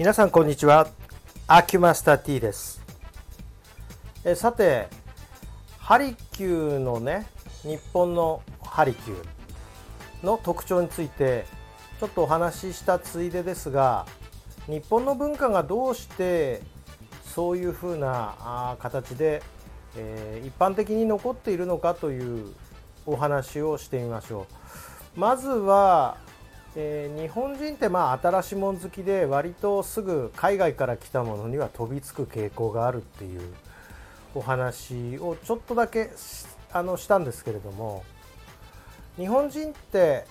皆さんこんにちは。アキュマスター T です。さて、ハリキューのね、日本のハリキューの特徴についてちょっとお話ししたついでですが、日本の文化がどうしてそういうふうな形で、一般的に残っているのかというお話をしてみましょう。まずは日本人って新しいもん好きで、割とすぐ海外から来たものには飛びつく傾向があるっていうお話をちょっとだけしたんですけれども、日本人って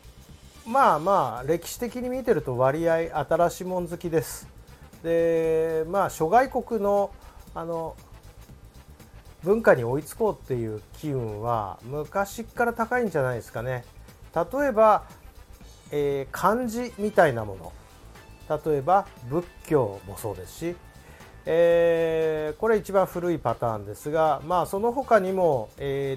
歴史的に見てると割合新しいもん好きです。で諸外国の文化に追いつこうっていう機運は昔から高いんじゃないですかね。例えば漢字みたいなもの、例えば仏教もそうですし、これ一番古いパターンですが、その他にも、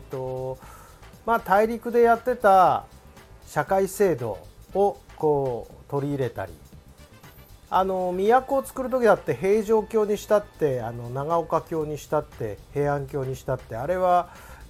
大陸でやってた社会制度をこう取り入れたり、都を作る時だって平城京にしたって長岡京にしたって平安京にしたって、あれは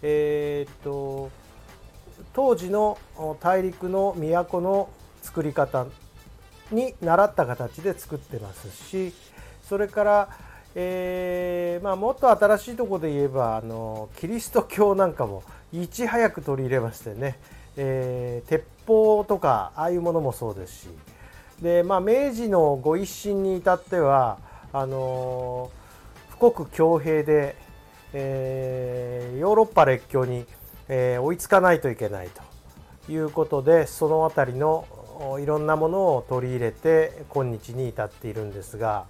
当時の大陸の都の作り方に習った形で作ってますし、それから、もっと新しいところで言えばキリスト教なんかもいち早く取り入れましてね、鉄砲とかああいうものもそうですし、で、明治のご一新に至っては富国強兵で、ヨーロッパ列強に追いつかないといけないということで、そのあたりのいろんなものを取り入れて今日に至っているんですが、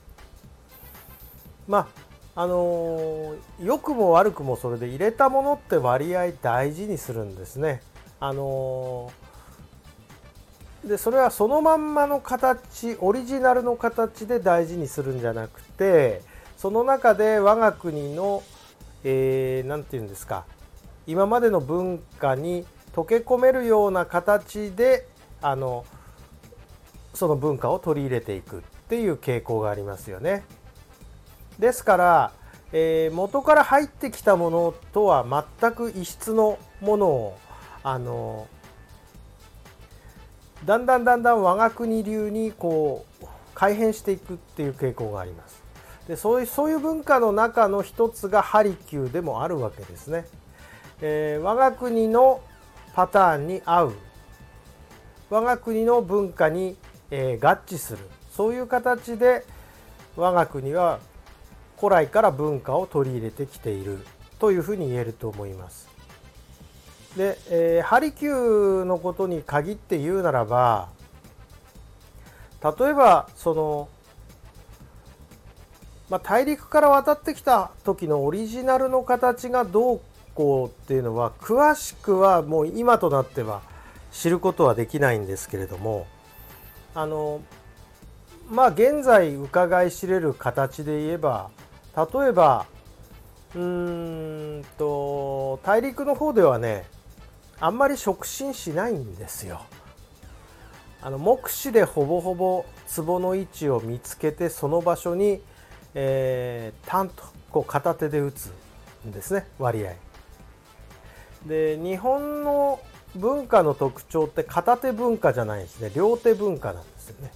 良くも悪くもそれで入れたものって割合大事にするんですね。でそれはそのまんまの形、オリジナルの形で大事にするんじゃなくて、その中で我が国のなんていうんですか、今までの文化に溶け込めるような形でその文化を取り入れていくっていう傾向がありますよね。ですから、元から入ってきたものとは全く異質のものをだんだん我が国流にこう改変していくっていう傾向があります。でそういう文化の中の一つがハリキューでもあるわけですね。我が国のパターンに合う、我が国の文化に、合致する、そういう形で我が国は古来から文化を取り入れてきているというふうに言えると思います。で、ハリキューのことに限って言うならば、例えば大陸から渡ってきた時のオリジナルの形がどうこうっていうのは詳しくはもう今となっては知ることはできないんですけれども、現在伺い知れる形で言えば、例えば大陸の方ではね、あんまり触診しないんですよ。目視でほぼほぼ壺の位置を見つけて、その場所に、タンとこう片手で打つんですね、割合で。日本の文化の特徴って片手文化じゃないですね、両手文化なんですよね。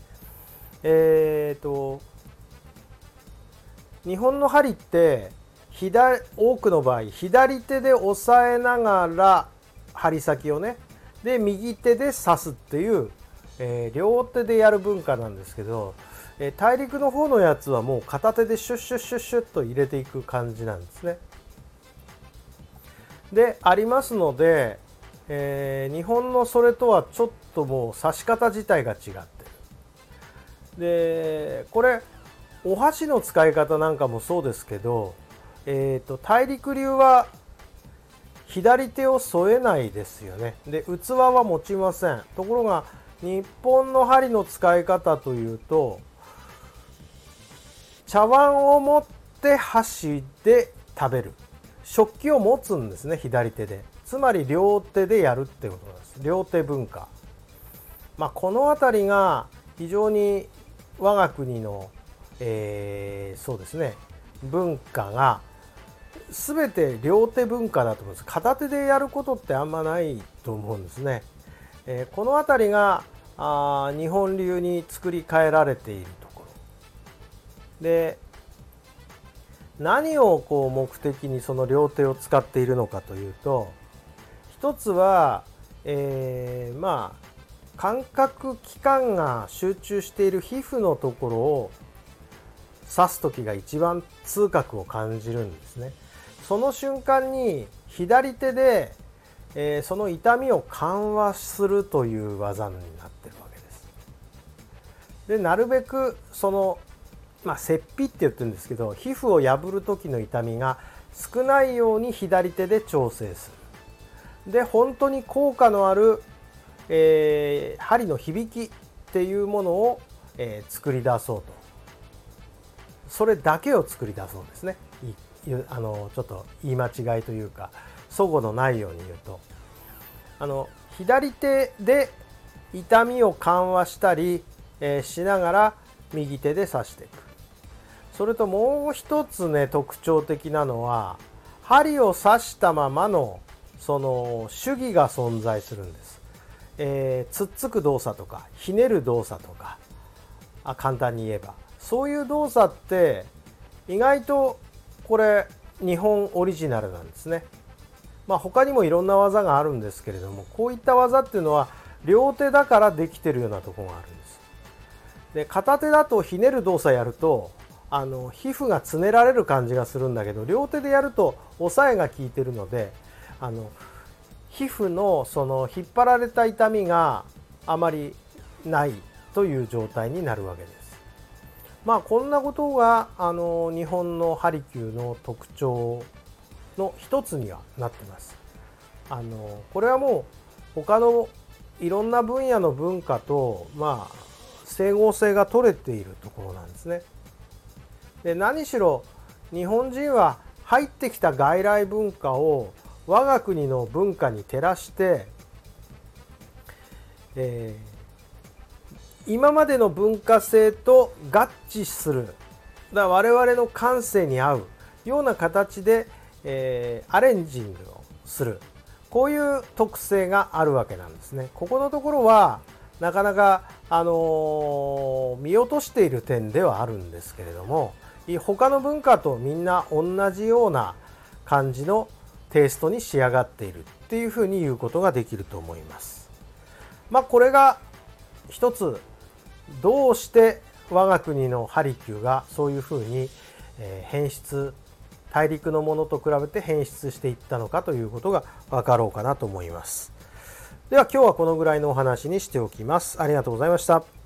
日本の針って多くの場合左手で押さえながら針先をね、で右手で刺すっていう、両手でやる文化なんですけど、大陸の方のやつはもう片手でシュッシュッシュッシュッと入れていく感じなんですね。でありますので、日本のそれとはちょっともう刺し方自体が違ってる。でこれお箸の使い方なんかもそうですけど、大陸流は左手を添えないですよね。で器は持ちません。ところが日本の針の使い方というと、茶碗を持って箸で食べる、食器を持つんですね、左手で。つまり両手でやるってことなんです。両手文化。この辺りが非常に我が国の、そうですね、文化が全て両手文化だと思うんです。片手でやることってあんまないと思うんですね。この辺りが日本流に作り変えられているところで、何をこう目的にその両手を使っているのかというと、一つは、感覚器官が集中している皮膚のところを刺す時が一番痛覚を感じるんですね。その瞬間に左手で、その痛みを緩和するという技になっているわけです。で、なるべくその切皮って言ってるんですけど、皮膚を破る時の痛みが少ないように左手で調整する。で、本当に効果のある、針の響きっていうものを、作り出そうと。それだけを作り出そうですね。ちょっと言い間違いというか齟齬のないように言うと、左手で痛みを緩和したり、しながら右手で刺していく。それともう一つね、特徴的なのは、針を刺したままのその手技が存在するんです。つっつく動作とかひねる動作とか、簡単に言えばそういう動作って意外とこれ日本オリジナルなんですね。他にもいろんな技があるんですけれども、こういった技っていうのは両手だからできてるようなところがあるんです。で、片手だとひねる動作やると皮膚がつねられる感じがするんだけど、両手でやると押さえが効いてるので皮膚のその引っ張られた痛みがあまりないという状態になるわけです。こんなことが日本のハリキューの特徴の一つにはなっています。これはもう他のいろんな分野の文化と整合性が取れているところなんですね。で、何しろ日本人は入ってきた外来文化を我が国の文化に照らして、今までの文化性と合致する、我々の感性に合うような形で、アレンジングをする、こういう特性があるわけなんですね。ここのところはなかなか、見落としている点ではあるんですけれども、他の文化とみんな同じような感じのテイストに仕上がっているっていうふうに言うことができると思います。これが一つ、どうして我が国のハリキューがそういうふうに変質、大陸のものと比べて変質していったのかということが分かろうかなと思います。では今日はこのぐらいのお話にしておきます。ありがとうございました。